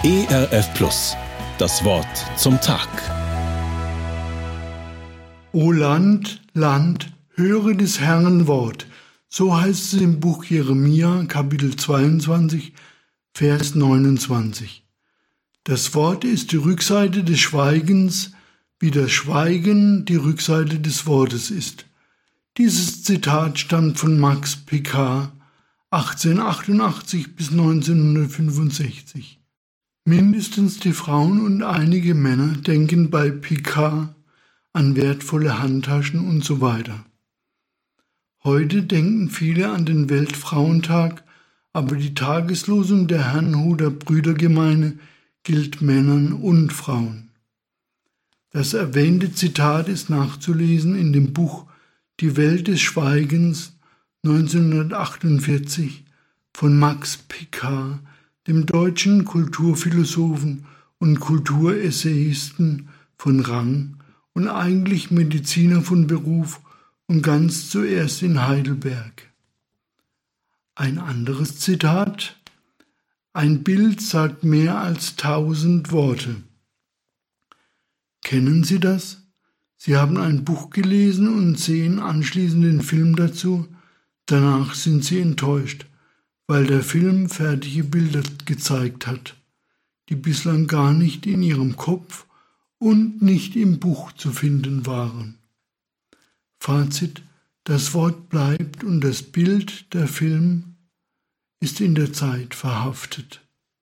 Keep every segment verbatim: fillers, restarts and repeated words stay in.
E R F Plus, das Wort zum Tag. O Land, Land, höre des Herrn Wort. So heißt es im Buch Jeremia, Kapitel zweiundzwanzig, Vers neunundzwanzig. Das Wort ist die Rückseite des Schweigens, wie das Schweigen die Rückseite des Wortes ist. Dieses Zitat stammt von Max Picard, achtzehnhundertachtundachtzig bis neunzehnhundertfünfundsechzig. Mindestens die Frauen und einige Männer denken bei Picard an wertvolle Handtaschen und so weiter. Heute denken viele an den Weltfrauentag, aber die Tageslosung der Herrnhuter Brüdergemeine gilt Männern und Frauen. Das erwähnte Zitat ist nachzulesen in dem Buch Die Welt des Schweigens neunzehnhundertachtundvierzig von Max Picard, dem deutschen Kulturphilosophen und Kulturessayisten von Rang und eigentlich Mediziner von Beruf und ganz zuerst in Heidelberg. Ein anderes Zitat: Ein Bild sagt mehr als tausend Worte. Kennen Sie das? Sie haben ein Buch gelesen und sehen anschließend den Film dazu. Danach sind Sie enttäuscht, weil der Film fertige Bilder gezeigt hat, die bislang gar nicht in Ihrem Kopf und nicht im Buch zu finden waren. Fazit: Das Wort bleibt und das Bild, der Film, ist in der Zeit verhaftet.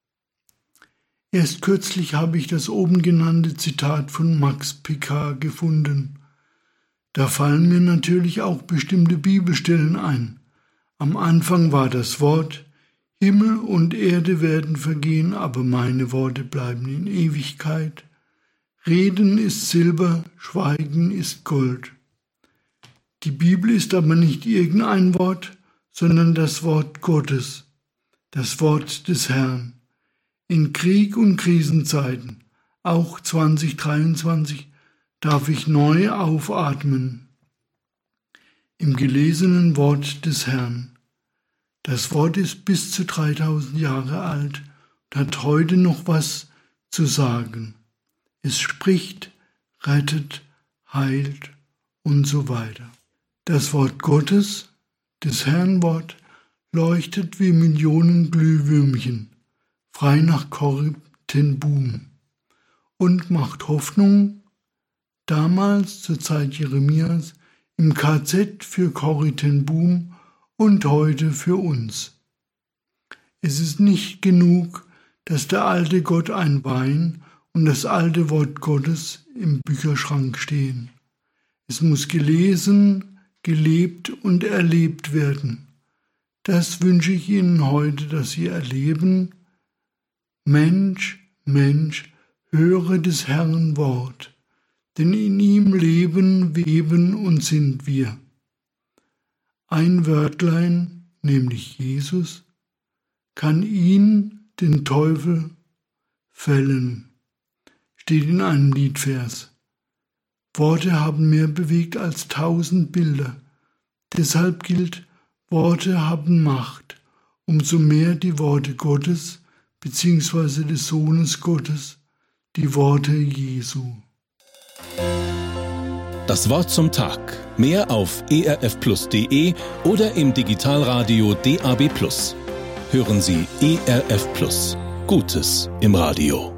Erst kürzlich habe ich das oben genannte Zitat von Max Picard gefunden. Da fallen mir natürlich auch bestimmte Bibelstellen ein. Am Anfang war das Wort: Himmel und Erde werden vergehen, aber meine Worte bleiben in Ewigkeit. Reden ist Silber, Schweigen ist Gold. Die Bibel ist aber nicht irgendein Wort, sondern das Wort Gottes, das Wort des Herrn. In Krieg- und Krisenzeiten, auch zwanzig dreiundzwanzig, darf ich neu aufatmen. Im gelesenen Wort des Herrn. Das Wort ist bis zu dreitausend Jahre alt und hat heute noch was zu sagen. Es spricht, rettet, heilt und so weiter. Das Wort Gottes, des Herrn Wort, leuchtet wie Millionen Glühwürmchen, frei nach Corrie ten Boom, und macht Hoffnung, damals zur Zeit Jeremias, im K Z für Corrie ten Boom und heute für uns. Es ist nicht genug, dass der alte Gott ein Wein und das alte Wort Gottes im Bücherschrank stehen. Es muss gelesen, gelebt und erlebt werden. Das wünsche ich Ihnen heute, dass Sie erleben: Mensch, Mensch, höre des Herrn Wort, denn in ihm leben, weben und sind wir. Ein Wörtlein, nämlich Jesus, kann ihn, den Teufel, fällen, steht in einem Liedvers. Worte haben mehr bewegt als tausend Bilder. Deshalb gilt, Worte haben Macht, umso mehr die Worte Gottes, beziehungsweise des Sohnes Gottes, die Worte Jesu. Das Wort zum Tag. Mehr auf e r f plus punkt d e oder im Digitalradio D A B plus. Hören Sie E R F Plus. Gutes im Radio.